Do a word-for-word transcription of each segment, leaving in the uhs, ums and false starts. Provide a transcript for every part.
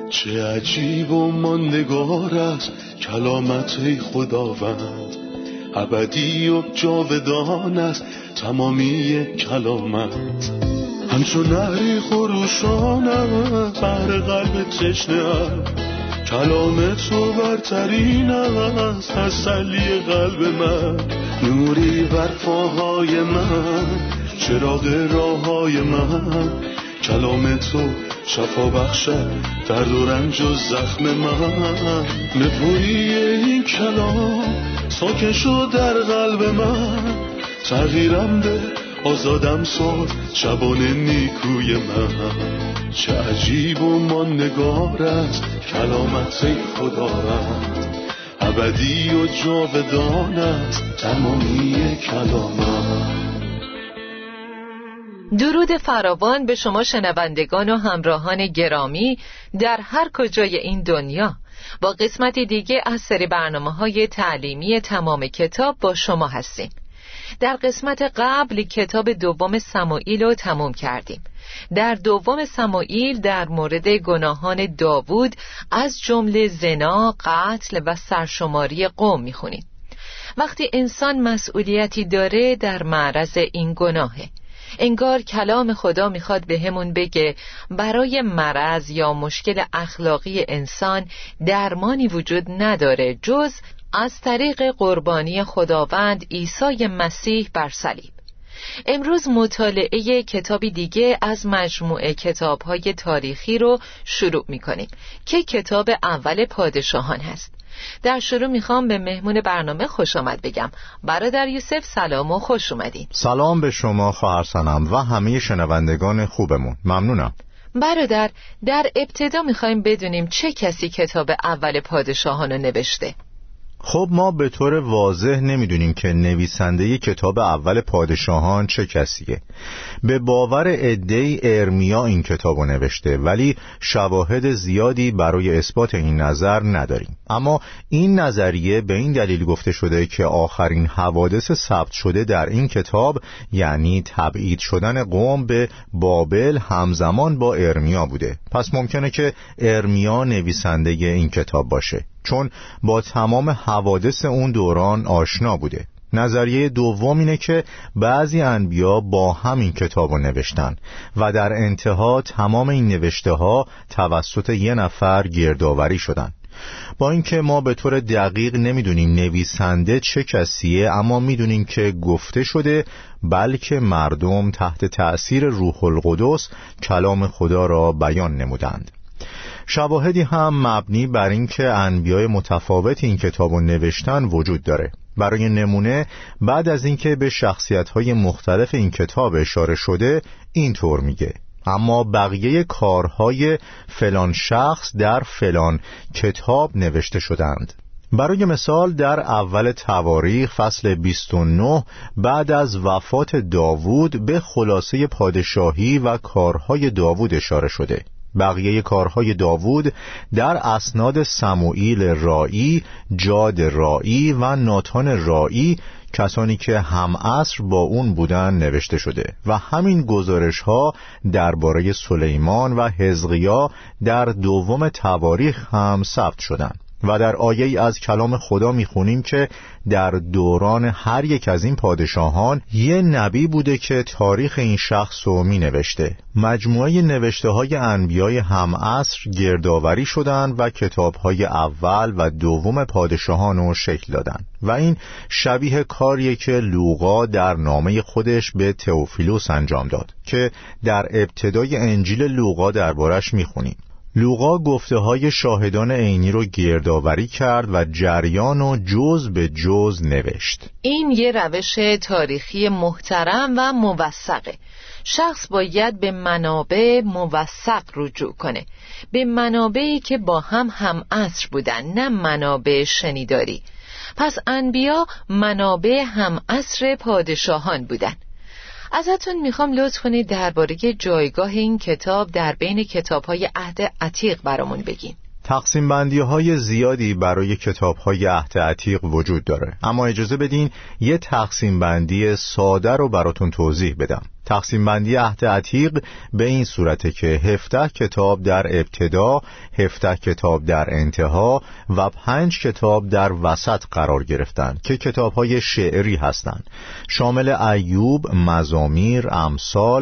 چه عجیب و ماندگار است کلامت ای خداوند، ابدی و جاودان است تمامی کلامت. همچون نهری خروشانم بر قلب تشنه‌ام، کلام تو برترین است تسلی قلب من. نوری بر پاهای من، چراغ راههای من، کلام تو شفا بخشد درد و رنج و زخم من. نپویی این کلام ساکن شد در قلب من، تغییرم ده آزادم ساز شبان نیکوی من. چه عجیب و ماندگار است کلامت ای خداوند، ابدی و جاودان است تمامی کلامت. درود فراوان به شما شنوندگان و همراهان گرامی در هر کجای این دنیا. با قسمت دیگه از سری برنامه‌های تعلیمی تمام کتاب با شما هستیم. در قسمت قبل کتاب دوم سموئیل رو تموم کردیم. در دوم سموئیل در مورد گناهان داوود از جمله زنا، قتل و سرشماری قوم میخونیم. وقتی انسان مسئولیتی داره در معرض این گناهه. انگار کلام خدا میخواد به همون بگه برای مرض یا مشکل اخلاقی انسان درمانی وجود نداره جز از طریق قربانی خداوند عیسی مسیح بر صلیب. امروز مطالعه کتابی دیگه از مجموعه کتاب‌های تاریخی رو شروع می‌کنیم که کتاب اول پادشاهان هست. در شروع میخوام به مهمون برنامه خوش آمد بگم. برادر یوسف سلام و خوش اومدین. سلام به شما خواهر سنم و همه شنوندگان خوبمون. ممنونم. برادر، در ابتدا میخوایم بدونیم چه کسی کتاب اول پادشاهان رو نوشته. خب ما به طور واضح نمیدونیم که نویسنده کتاب اول پادشاهان چه کسیه. به باور عده‌ای ارمیا این کتابو نوشته، ولی شواهد زیادی برای اثبات این نظر نداریم. اما این نظریه به این دلیل گفته شده که آخرین حوادث ثبت شده در این کتاب، یعنی تبعید شدن قوم به بابل، همزمان با ارمیا بوده. پس ممکنه که ارمیا نویسنده این کتاب باشه، چون با تمام حوادث اون دوران آشنا بوده. نظریه دوم اینه که بعضی انبیا با همین کتابو نوشتن و در انتها تمام این نوشته ها توسط یه نفر گردآوری شدن. با اینکه ما به طور دقیق نمیدونیم نویسنده چه کسیه، اما میدونیم که گفته شده بلکه مردم تحت تأثیر روح القدس کلام خدا را بیان نمودند. شواهدی هم مبنی بر اینکه انبیای متفاوت این کتابو نوشتن وجود داره. برای نمونه بعد از اینکه به شخصیت‌های مختلف این کتاب اشاره شده اینطور میگه: اما بقیه کارهای فلان شخص در فلان کتاب نوشته شدند. برای مثال در اول تواریخ فصل بیست و نه بعد از وفات داوود به خلاصه پادشاهی و کارهای داوود اشاره شده. بقیه کارهای داوود در اسناد سموئیل رائی، جاد رائی و ناتان رائی، کسانی که هم عصر با اون بودن، نوشته شده و همین گزارش ها درباره سلیمان و حزقیا در دوم تواریخ هم ثبت شدند. و در آیه‌ای از کلام خدا میخونیم که در دوران هر یک از این پادشاهان یه نبی بوده که تاریخ این شخص رو مینوشته. مجموعه نوشته های انبیای هم عصر گردآوری شدند و کتاب های اول و دوم پادشاهان رو شکل دادن و این شبیه کاریه که لوقا در نامه خودش به تئوفیلوس انجام داد که در ابتدای انجیل لوقا دربارش میخونیم. لوقا گفته های شاهدان عینی رو گردآوری کرد و جریان و جز به جز نوشت. این یه روش تاریخی محترم و موثقه. شخص باید به منابع موثق رجوع کنه، به منابعی که با هم هم عصر بودن، نه منابع شنیداری. پس انبیا منابع هم عصر پادشاهان بودن. ازتون میخوام لطف کنید درباره جایگاه این کتاب در بین کتاب‌های عهد عتیق برامون بگین. تقسیم بندی های زیادی برای کتاب های عهد عتیق وجود داره، اما اجازه بدین یه تقسیم بندی ساده رو براتون توضیح بدم. تقسیم بندی عهد عتیق به این صورته که هفده کتاب در ابتدا، هفده کتاب در انتها و پنج کتاب در وسط قرار گرفتند که کتاب‌های شعری هستند، شامل ایوب، مزامیر، امثال،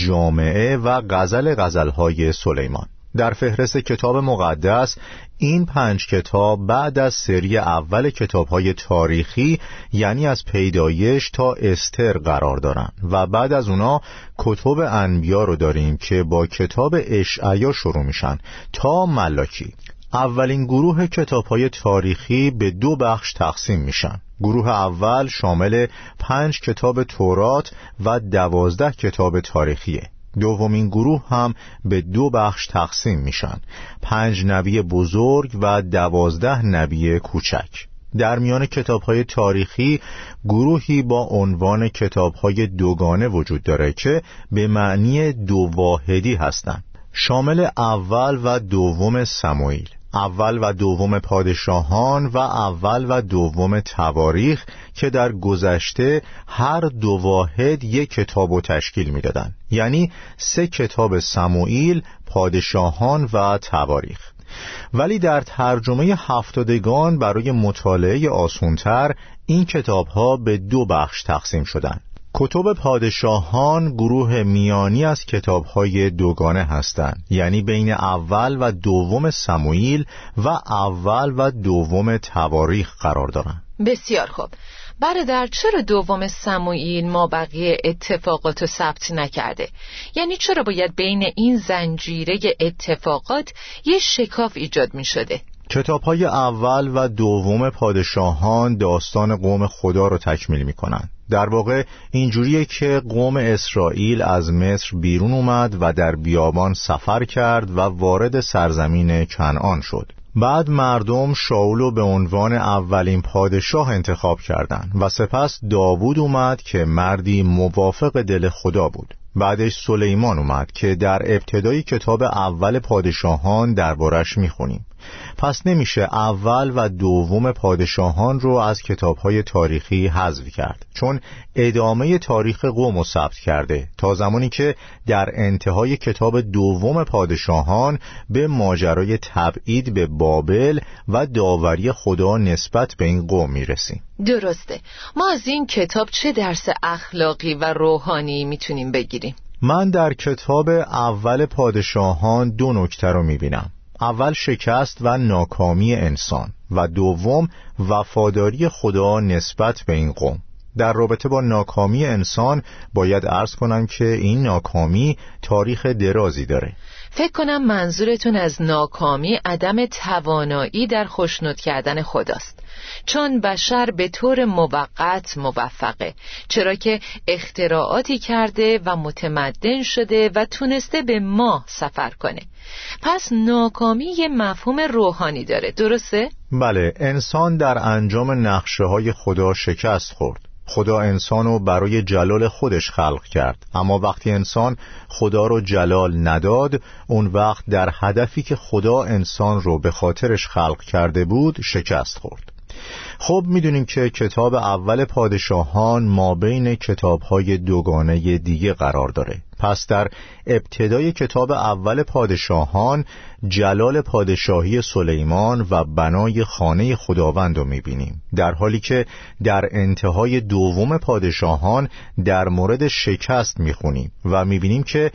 جامعه و غزل غزل‌های سلیمان. در فهرست کتاب مقدس این پنج کتاب بعد از سری اول کتاب‌های تاریخی یعنی از پیدایش تا استر قرار دارند و بعد از اونا کتب انبیا رو داریم که با کتاب اشعیا شروع میشن تا ملاکی. اولین گروه کتاب‌های تاریخی به دو بخش تقسیم میشن. گروه اول شامل پنج کتاب تورات و دوازده کتاب تاریخیه. دومین گروه هم به دو بخش تقسیم میشن، پنج نبی بزرگ و دوازده نبی کوچک. در میان کتاب‌های تاریخی گروهی با عنوان کتاب‌های دوگانه وجود داره که به معنی دو واحدی هستند، شامل اول و دوم سموئیل، اول و دوم پادشاهان و اول و دوم تواریخ که در گذشته هر دو واحد یک کتاب رو تشکیل میدادن، یعنی سه کتاب سموئیل، پادشاهان و تواریخ. ولی در ترجمه هفتادگان برای مطالعه آسان‌تر این کتاب‌ها به دو بخش تقسیم شدند. کتب پادشاهان گروه میانی از کتاب‌های دوگانه هستند، یعنی بین اول و دوم سموئیل و اول و دوم تواریخ قرار دارند. بسیار خوب. برادر، چرا دوم سموئیل ما بقیه اتفاقات رو ثبت نکرده؟ یعنی چرا باید بین این زنجیره اتفاقات یه شکاف ایجاد می شده؟ کتاب‌های اول و دوم پادشاهان داستان قوم خدا رو تکمیل می‌کنند. در واقع اینجوریه که قوم اسرائیل از مصر بیرون اومد و در بیابان سفر کرد و وارد سرزمین کنعان شد. بعد مردم شاولو به عنوان اولین پادشاه انتخاب کردند و سپس داوود اومد که مردی موافق دل خدا بود. بعدش سلیمان اومد که در ابتدای کتاب اول پادشاهان دربارش میخونیم. پس نمیشه اول و دوم پادشاهان رو از کتاب‌های تاریخی حذف کرد، چون ادامه تاریخ قوم رو ثبت کرده تا زمانی که در انتهای کتاب دوم پادشاهان به ماجرای تبعید به بابل و داوری خدا نسبت به این قوم میرسیم. درسته. ما از این کتاب چه درس اخلاقی و روحانی میتونیم بگیریم؟ من در کتاب اول پادشاهان دو نکته رو میبینم. اول شکست و ناکامی انسان و دوم وفاداری خدا نسبت به این قوم. در رابطه با ناکامی انسان باید عرض کنم که این ناکامی تاریخ درازی داره. فکر کنم منظورتون از ناکامی عدم توانایی در خوشنود کردن خداست، چون بشر به طور موقت موفقه، چرا که اختراعاتی کرده و متمدن شده و تونسته به ماه سفر کنه. پس ناکامی یه مفهوم روحانی داره، درسته؟ بله، انسان در انجام نقشه های خدا شکست خورد. خدا انسانو برای جلال خودش خلق کرد، اما وقتی انسان خدا رو جلال نداد، اون وقت در هدفی که خدا انسان رو به خاطرش خلق کرده بود شکست خورد. خب میدونیم که کتاب اول پادشاهان ما بین کتاب‌های دوگانه دیگه قرار داره. پس در ابتدای کتاب اول پادشاهان جلال پادشاهی سلیمان و بنای خانه خداوند رو میبینیم، در حالی که در انتهای دوم پادشاهان در مورد شکست میخونیم و میبینیم که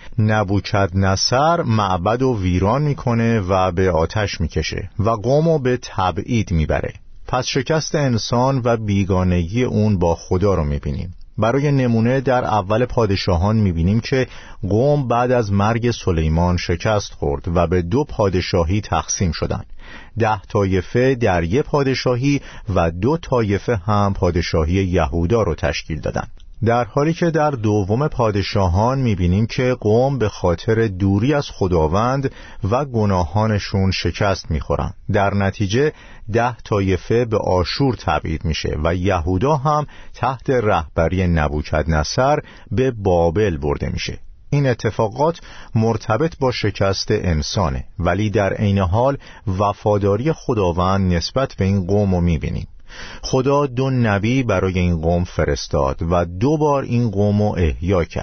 نبوکدنصر معبد رو ویران میکنه و به آتش میکشه و قوم رو به تبعید میبره. پس شکست انسان و بیگانگی اون با خدا رو میبینیم. برای نمونه در اول پادشاهان میبینیم که قوم بعد از مرگ سلیمان شکست خورد و به دو پادشاهی تقسیم شدند. ده طایفه در یک پادشاهی و دو طایفه هم پادشاهی یهودا رو تشکیل دادند. در حالی که در دوم پادشاهان میبینیم که قوم به خاطر دوری از خداوند و گناهانشون شکست میخورن. در نتیجه ده طایفه به آشور تبعید میشه و یهودا هم تحت رهبری نبوکدنصر به بابل برده میشه. این اتفاقات مرتبط با شکست انسانه، ولی در عین حال وفاداری خداوند نسبت به این قوم رو میبینیم. خدا دو نبی برای این قوم فرستاد و دو بار این قوم رو احیا کرد.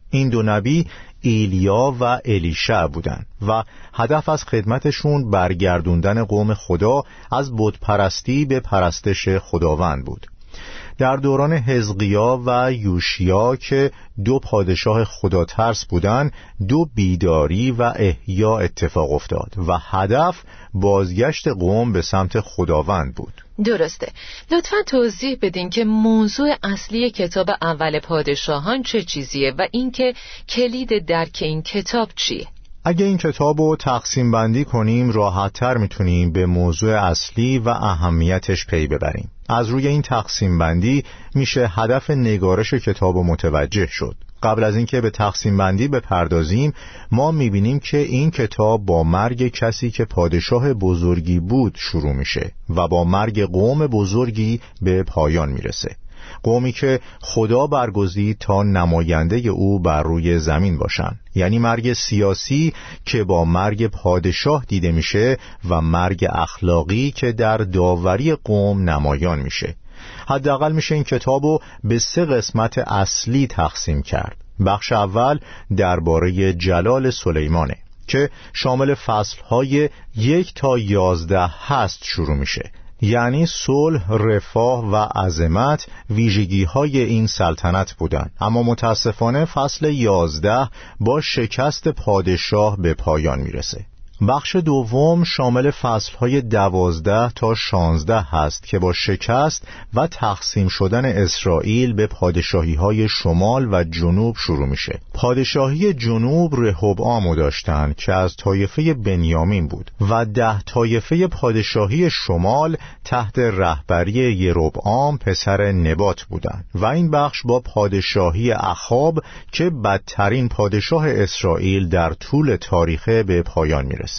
این دو نبی ایلیا و الیشع بودند و هدف از خدمتشون برگردوندن قوم خدا از بتپرستی به پرستش خداوند بود. در دوران حزقیا و یوشیا که دو پادشاه خداترس بودند، دو بیداری و احیا اتفاق افتاد و هدف بازگشت قوم به سمت خداوند بود. درسته. لطفاً توضیح بدین که موضوع اصلی کتاب اول پادشاهان چه چیزیه و اینکه کلید درک این کتاب چیه؟ اگه این کتاب رو تقسیم بندی کنیم راحت‌تر میتونیم به موضوع اصلی و اهمیتش پی ببریم. از روی این تقسیم بندی میشه هدف نگارش کتاب رو متوجه شد. قبل از اینکه به تقسیم بندی بپردازیم، ما میبینیم که این کتاب با مرگ کسی که پادشاه بزرگی بود شروع میشه و با مرگ قوم بزرگی به پایان میرسه. قومی که خدا برگزید تا نماینده او بر روی زمین باشن، یعنی مرگ سیاسی که با مرگ پادشاه دیده میشه و مرگ اخلاقی که در داوری قوم نمایان میشه. حداقل میشه این کتابو به سه قسمت اصلی تقسیم کرد. بخش اول درباره جلال سلیمانه که شامل فصلهای یک تا یازده هست شروع میشه، یعنی صلح، رفاه و عظمت ویژگی های این سلطنت بودند. اما متاسفانه فصل یازده با شکست پادشاه به پایان میرسه. بخش دوم شامل فصلهای دوازده تا شانزده هست که با شکست و تقسیم شدن اسرائیل به پادشاهی‌های شمال و جنوب شروع میشه. پادشاهی جنوب رهبعامو داشتن که از طایفه بنیامین بود و ده طایفه پادشاهی شمال تحت رهبری یربعام پسر نبات بودند و این بخش با پادشاهی اخاب که بدترین پادشاه اسرائیل در طول تاریخ به پایان میرسه.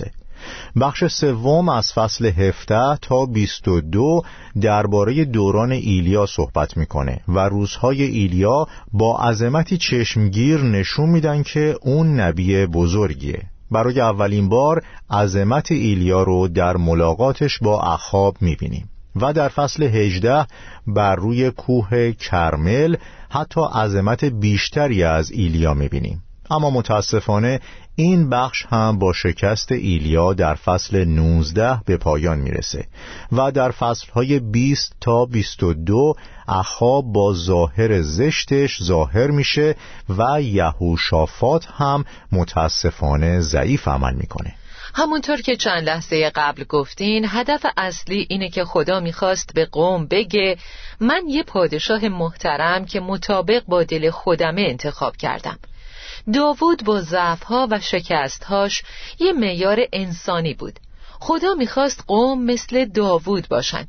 بخش سوم از فصل هفده تا بیست و دو درباره دوران ایلیا صحبت میکنه و روزهای ایلیا با عظمتی چشمگیر نشون میدن که اون نبی بزرگیه. برای اولین بار عظمت ایلیا رو در ملاقاتش با اخاب میبینیم و در فصل هجده بر روی کوه کرمل حتی عظمت بیشتری از ایلیا میبینیم. اما متاسفانه این بخش هم با شکست ایلیا در فصل نوزده به پایان میرسه و در فصلهای بیست تا بیست و دو اخاب با ظاهر زشتش ظاهر میشه و یهوشافاط هم متاسفانه ضعیف عمل میکنه. همونطور که چند لحظه قبل گفتین، هدف اصلی اینه که خدا میخواست به قوم بگه من یه پادشاه محترم که مطابق با دل خودمه انتخاب کردم. داوود با ضعف‌ها و شکست‌هاش یه معیار انسانی بود. خدا میخواست قوم مثل داوود باشن.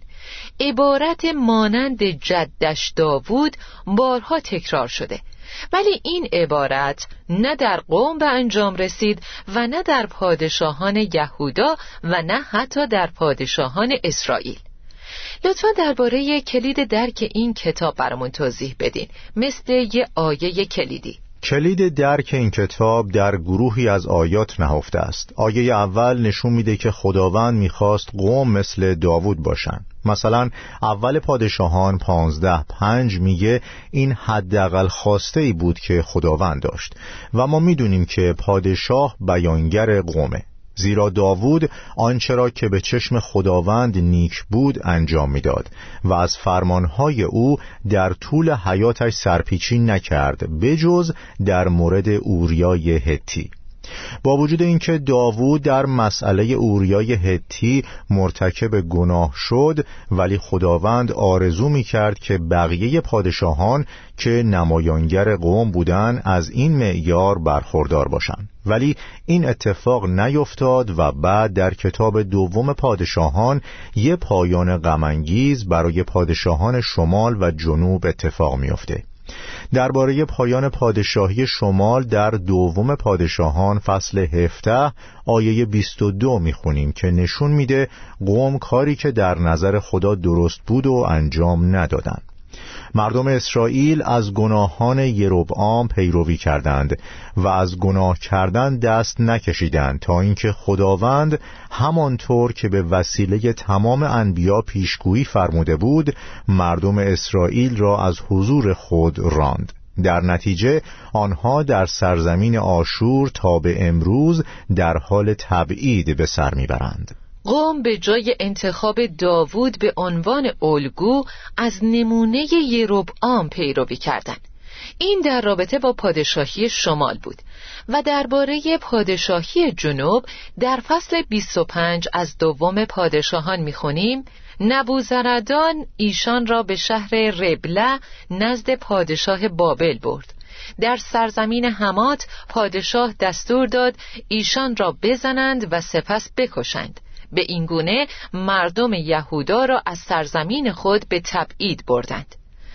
عبارت مانند جدش داوود بارها تکرار شده، ولی این عبارت نه در قوم به انجام رسید و نه در پادشاهان یهودا و نه حتی در پادشاهان اسرائیل. لطفاً درباره کلید درک این کتاب برامون توضیح بدین، مثل یه آیه کلیدی. کلید درک این کتاب در گروهی از آیات نهفته است. آیه اول نشون میده که خداوند میخواست قوم مثل داوود باشن. مثلا اول پادشاهان پانزده پنج میگه این حداقل خواسته ای بود که خداوند داشت و ما میدونیم که پادشاه بیانگر قومه، زیرا داوود آنچه را که به چشم خداوند نیک بود انجام میداد و از فرمانهای او در طول حیاتش سرپیچی نکرد بجز در مورد اوریای هتی. با وجود اینکه داوود در مسئله اوریای هتی مرتکب گناه شد، ولی خداوند آرزو می‌کرد که بقیه پادشاهان که نمایانگر قوم بودند از این معیار برخوردار باشند. ولی این اتفاق نیفتاد و بعد در کتاب دوم پادشاهان یه پایان غم‌انگیز برای پادشاهان شمال و جنوب اتفاق می‌افته. درباره پایان پادشاهی شمال در دوم پادشاهان فصل هفده آیه بیست و دو میخونیم که نشون میده قوم کاری که در نظر خدا درست بود و انجام ندادن. مردم اسرائیل از گناهان یربعام پیروی کردند و از گناه کردن دست نکشیدند تا اینکه خداوند همانطور که به وسیله تمام انبیا پیشگویی فرموده بود مردم اسرائیل را از حضور خود راند. در نتیجه آنها در سرزمین آشور تا به امروز در حال تبعید به سر میبرند. قوم به جای انتخاب داوود به عنوان الگو از نمونه یربعام پیروی کردند. این در رابطه با پادشاهی شمال بود و درباره پادشاهی جنوب در فصل بیست و پنج از دوم پادشاهان می‌خونیم: نبوزردان ایشان را به شهر ربله نزد پادشاه بابل برد. در سرزمین حمات پادشاه دستور داد ایشان را بزنند و سپس بکشند. به این گونه مردم یهودا را از سرزمین خود به تبعید بردند.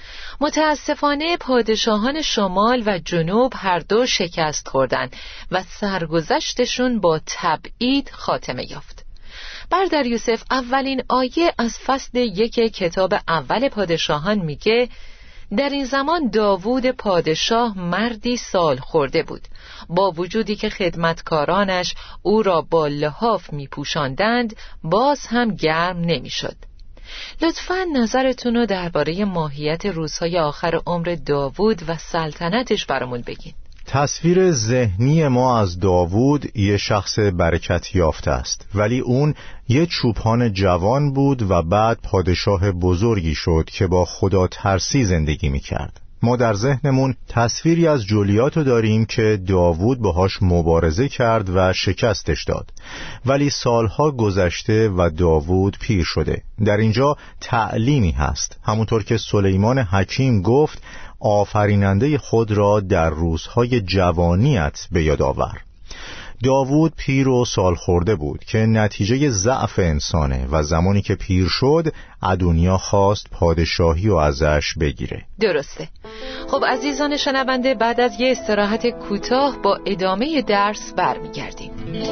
متاسفانه پادشاهان شمال و جنوب هر دو شکست خوردند و سرگذشتشون با تبعید خاتمه یافت. برادر یوسف اولین آیه از فصل یک کتاب اول پادشاهان میگه: در این زمان داوود پادشاه مردی سال خورده بود، با وجودی که خدمتکارانش او را با لحاف میپوشاندند باز هم گرم نمیشد. لطفاً نظرتون رو درباره ماهیت روزهای آخر عمر داوود و سلطنتش برامون بگین. تصویر ذهنی ما از داوود یه شخص برکت یافته است، ولی اون یه چوپان جوان بود و بعد پادشاه بزرگی شد که با خدا ترسی زندگی میکرد. ما در ذهنمون تصویری از جولیاتو داریم که داوود باهاش مبارزه کرد و شکستش داد، ولی سالها گذشته و داوود پیر شده. در اینجا تعلیمی هست، همونطور که سلیمان حکیم گفت: آفریننده خود را در روزهای جوانیت به یاد آور. داوود پیر و سال خورده بود که نتیجه ضعف انسانه و زمانی که پیر شد ادونیا خواست پادشاهی و ازش بگیره. درسته. خب عزیزان شنونده، بعد از یه استراحت کوتاه با ادامه درس برمیگردیم.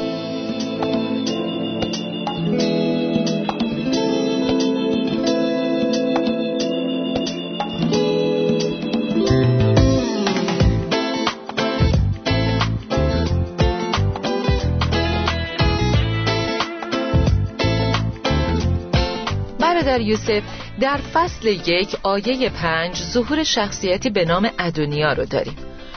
برادر یوسف، در فصل یک آیه پنج ظهور شخصیتی به نام ادونیا رو داریم.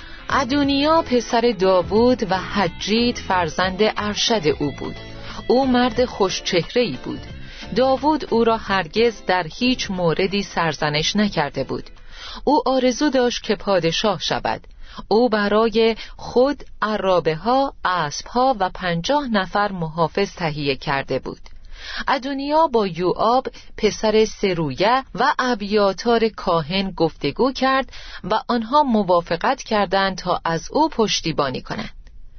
ادونیا پسر داوود و حجید فرزند ارشد او بود. او مرد خوشچهره‌ای بود. داوود او را هرگز در هیچ موردی سرزنش نکرده بود. او آرزو داشت که پادشاه شود. او برای خود عرابه ها، اسب ها و پنجاه نفر محافظ تهیه کرده بود. ادونیا با یوآب پسر سرویه و ابیاتار کاهن گفتگو کرد و آنها موافقت کردند تا از او پشتیبانی کنند.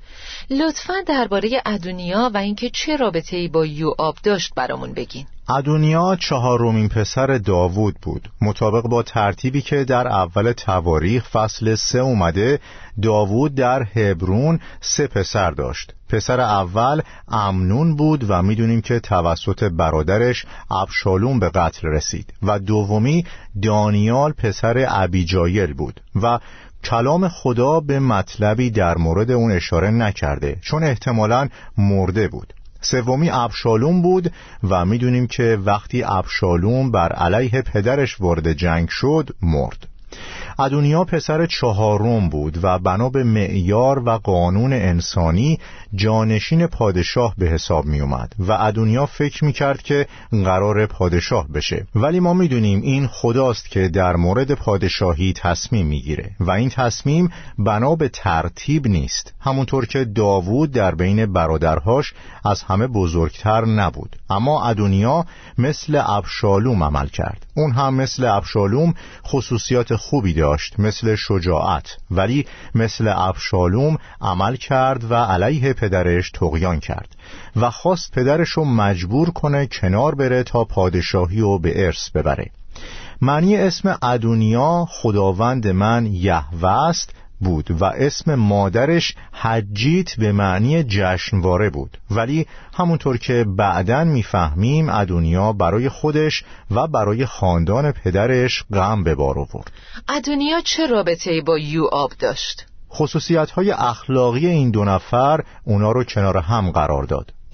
لطفاً درباره ادونیا و اینکه چه رابطه‌ای با یوآب داشت برامون بگین. ادونیا چهارمین پسر داوود بود. مطابق با ترتیبی که در اول تواریخ فصل سه اومده، داوود در هبرون سه پسر داشت. پسر اول امنون بود و میدونیم که توسط برادرش ابشالوم به قتل رسید و دومی دانیال پسر ابیجایل بود و کلام خدا به مطلبی در مورد اون اشاره نکرده چون احتمالاً مرده بود. سومی ابشالوم بود و میدونیم که وقتی ابشالوم بر علیه پدرش وارد جنگ شد مرد. ادونیا پسر چهارم بود و بنا به معیار و قانون انسانی جانشین پادشاه به حساب می اومد و ادونیا فکر می کرد که قرار پادشاه بشه، ولی ما می دونیم این خداست که در مورد پادشاهی تصمیم می گیره و این تصمیم بنا به ترتیب نیست. همونطور که داوود در بین برادرهاش از همه بزرگتر نبود، اما ادونیا مثل ابشالوم عمل کرد. اون هم مثل ابشالوم خصوصیات خوبی داشت، مثل شجاعت، ولی مثل ابشالوم عمل کرد و علیه پدرش طغیان کرد و خواست پدرش رو مجبور کنه کنار بره تا پادشاهی رو به ارث ببره. معنی اسم ادونیا خداوند من یهوه است بود و اسم مادرش حجیت به معنی جشنواره بود، ولی همونطور که بعداً میفهمیم ادونیا برای خودش و برای خاندان پدرش غم به بار آورد. ادونیا چه رابطه‌ای با یوآب داشت؟ خصوصیت‌های اخلاقی این دو نفر اونا رو کنار هم قرار داد.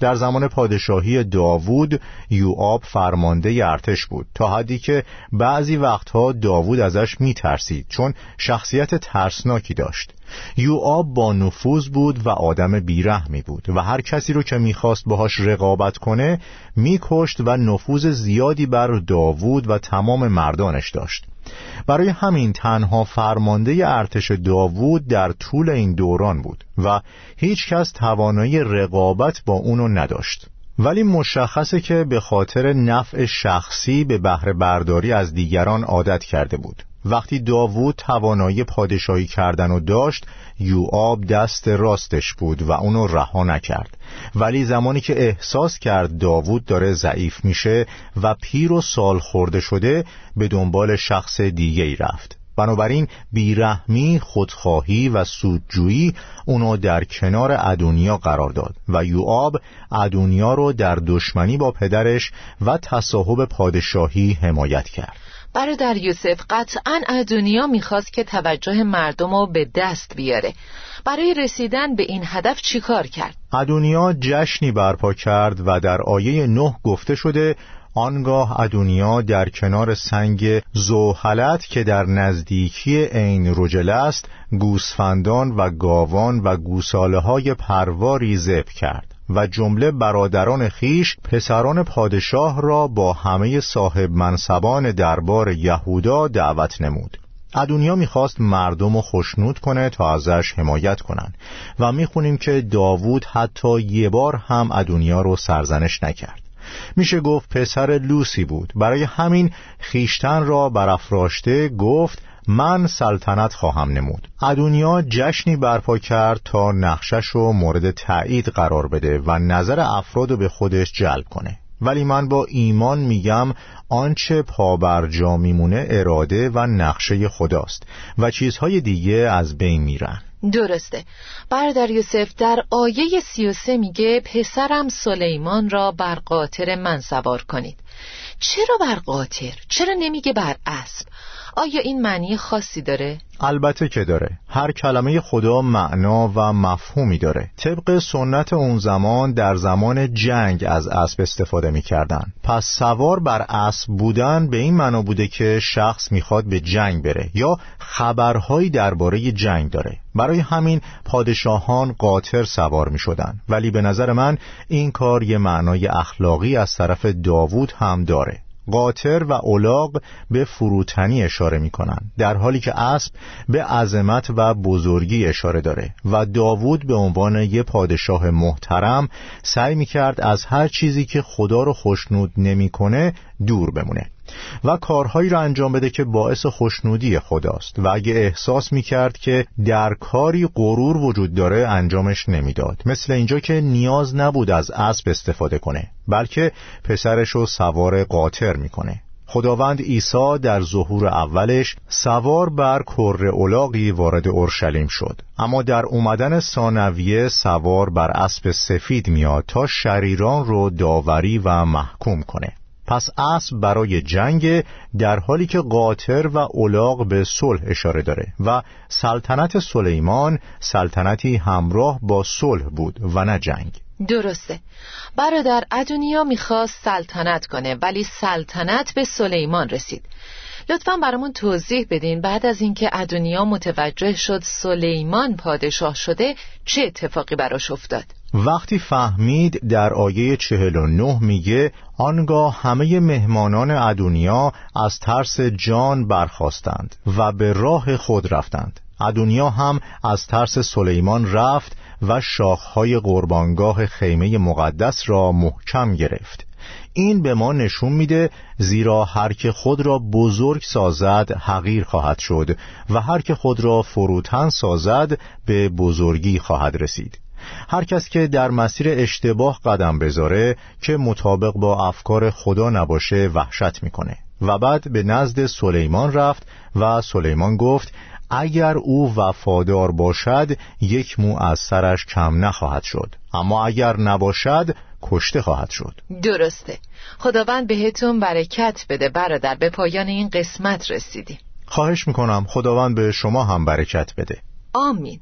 در زمان پادشاهی داوود یوآب فرمانده ارتش بود، تا حدی که بعضی وقتها داوود ازش میترسید چون شخصیت ترسناکی داشت. یوآب با نفوذ بود و آدم بیرحمی بود و هر کسی رو که میخواست باهاش رقابت کنه میکشت و نفوذ زیادی بر داوود و تمام مردانش داشت. برای همین تنها فرمانده ارتش داوود در طول این دوران بود و هیچ کس توانایی رقابت با اونو نداشت. ولی مشخصه که به خاطر نفع شخصی به بهره برداری از دیگران عادت کرده بود. وقتی داوود توانایی پادشاهی کردن رو داشت، یوآب دست راستش بود و اونو رها نکرد. ولی زمانی که احساس کرد داوود داره ضعیف میشه و پیر و سال خورده شده، به دنبال شخص دیگه‌ای رفت. بنابراین بیرحمی، خودخواهی و سودجویی اونو در کنار ادونیا قرار داد و یوآب ادونیا رو در دشمنی با پدرش و تصاحب پادشاهی حمایت کرد. برادر یوسف، قطعاً ادونیا میخواست که توجه مردم رو به دست بیاره. برای رسیدن به این هدف چی کار کرد؟ ادونیا جشنی برپا کرد و در آیه نه گفته شده آنگاه ادونیا در کنار سنگ زوحلت که در نزدیکی عین رجل است گوسفندان و گاوان و گوساله های پرواری ذبح کرد و جمله برادران خیش پسران پادشاه را با همه صاحب منصبان دربار یهودا دعوت نمود. ادونیا میخواست مردم رو خوشنود کنه تا ازش حمایت کنن و میخونیم که داوود حتی یه بار هم ادونیا رو سرزنش نکرد. میشه گفت پسر لوسی بود، برای همین خیشتن را برافراشته گفت من سلطنت خواهم نمود. ادونیا جشنی برپا کرد تا نقشش رو مورد تایید قرار بده و نظر افراد رو به خودش جلب کنه. ولی من با ایمان میگم آنچه پابرجا میمونه اراده و نقشه خداست و چیزهای دیگه از بین میرن. درسته. برادر یوسف، در آیه سی و سه میگه پسرم سلیمان را بر قاطر من سوار کنید. چرا بر قاطر؟ چرا نمیگه بر اسب؟ آیا این معنی خاصی داره؟ البته که داره. هر کلمه خدا معنا و مفهومی داره. طبق سنت اون زمان در زمان جنگ از اسب استفاده میکردن. پس سوار بر اسب بودن به این معنا بوده که شخص میخواد به جنگ بره یا خبرهایی درباره جنگ داره. برای همین پادشاهان قاطر سوار میشدن. ولی به نظر من این کار یه معنای اخلاقی از طرف داوود هم داره. قاطر و الاغ به فروتنی اشاره می کنن، در حالی که اسب به عظمت و بزرگی اشاره داره و داوود به عنوان یه پادشاه محترم سعی می کرد از هر چیزی که خدا رو خوشنود نمی کنه دور بمونه و کارهایی را انجام بده که باعث خوشنودی خداست و اگه احساس میکرد که در کاری غرور وجود داره انجامش نمیداد. مثل اینجا که نیاز نبود از اسب استفاده کنه بلکه پسرش رو سوار قاطر میکنه. خداوند عیسی در ظهور اولش سوار بر کره الاغی وارد اورشلیم شد، اما در اومدن ثانویه سوار بر اسب سفید میاد تا شریران رو داوری و محکوم کنه. پس اسب برای جنگ، در حالی که قاطر و الاغ به صلح اشاره داره و سلطنت سلیمان سلطنتی همراه با صلح بود و نه جنگ. درسته. برادر، ادونیا میخواست سلطنت کنه ولی سلطنت به سلیمان رسید. لطفاً برامون توضیح بدین بعد از اینکه ادونیا متوجه شد سلیمان پادشاه شده چه اتفاقی براش افتاد؟ وقتی فهمید در آیه چهل و نه میگه آنگاه همه مهمانان ادونیا از ترس جان برخاستند و به راه خود رفتند. ادونیا هم از ترس سلیمان رفت و شاخهای قربانگاه خیمه مقدس را محکم گرفت. این به ما نشون میده زیرا هر که خود را بزرگ سازد حقیر خواهد شد و هر که خود را فروتن سازد به بزرگی خواهد رسید. هر کس که در مسیر اشتباه قدم بذاره که مطابق با افکار خدا نباشه وحشت میکنه. و بعد به نزد سلیمان رفت و سلیمان گفت اگر او وفادار باشد یک مو از سرش کم نخواهد شد، اما اگر نباشد کشته خواهد شد. درسته. خداوند بهتون برکت بده برادر. به پایان این قسمت رسیدیم. خواهش میکنم. خداوند به شما هم برکت بده. آمین.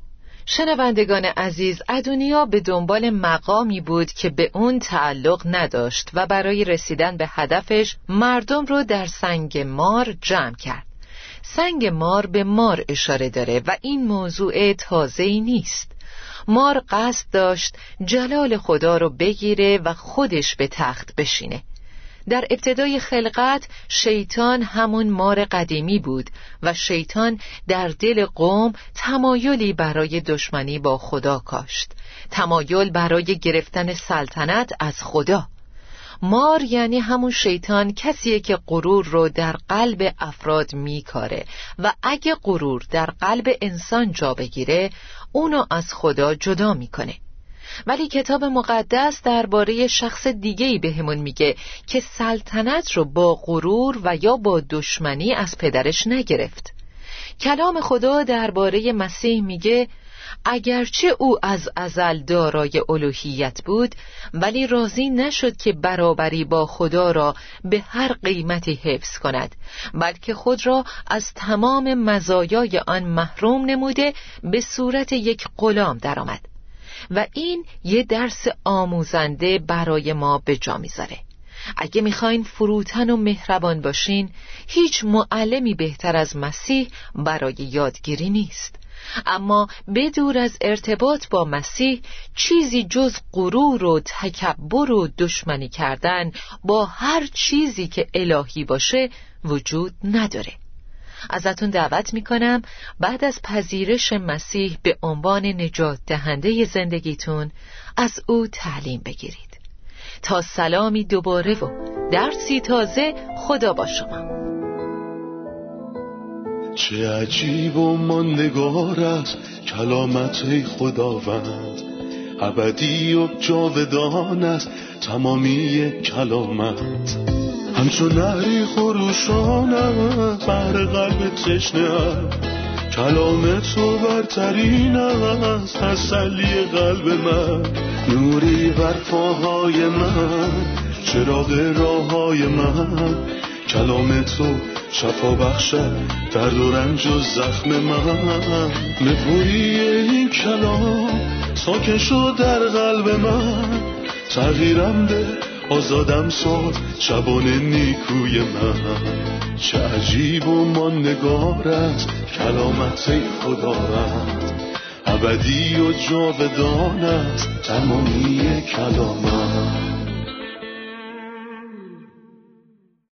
شنوندگان عزیز، ادونیا به دنبال مقامی بود که به اون تعلق نداشت و برای رسیدن به هدفش مردم رو در سنگ مار جمع کرد. سنگ مار به مار اشاره داره و این موضوع تازه‌ای نیست. مار قصد داشت جلال خدا رو بگیره و خودش به تخت بشینه. در ابتدای خلقت شیطان همون مار قدیمی بود و شیطان در دل قوم تمایلی برای دشمنی با خدا کاشت، تمایل برای گرفتن سلطنت از خدا. مار یعنی همون شیطان، کسیه که غرور رو در قلب افراد میکاره و اگه غرور در قلب انسان جا بگیره اونو از خدا جدا میکنه. ولی کتاب مقدس درباره شخص دیگه‌ای بهمون میگه که سلطنت رو با غرور و یا با دشمنی از پدرش نگرفت. کلام خدا درباره مسیح میگه اگرچه او از ازل دارای الوهیت بود، ولی راضی نشد که برابری با خدا را به هر قیمتی حفظ کند، بلکه خود را از تمام مزایای آن محروم نموده به صورت یک غلام درآمد. و این یه درس آموزنده برای ما به جا میذاره. اگه میخواین فروتن و مهربان باشین، هیچ معلمی بهتر از مسیح برای یادگیری نیست. اما بدور از ارتباط با مسیح، چیزی جز غرور و تکبر و دشمنی کردن با هر چیزی که الهی باشه وجود نداره. ازتون دعوت میکنم بعد از پذیرش مسیح به عنوان نجات دهنده زندگیتون از او تعلیم بگیرید. تا سلامی دوباره و درسی تازه، خدا با شما. چه عجیب و ماندگار است کلامت خداوند، ابدی و جاودان است تمامی کلامت. همچون نهری خروشان است بر قلب تشنه است، کلام تو برترین است تسلی قلب من. نوری بر پاهای من، چراغ راههای من، کلام تو شفا بخشد درد و رنج و زخم من. نپویی این کلام ساکن شد در قلب من، تغییرم ده آزادم ساز شبان نیکوی من. چه عجیب و ماندگار است کلامت خداوند، ابدی و جاودان است تمامی کلامت.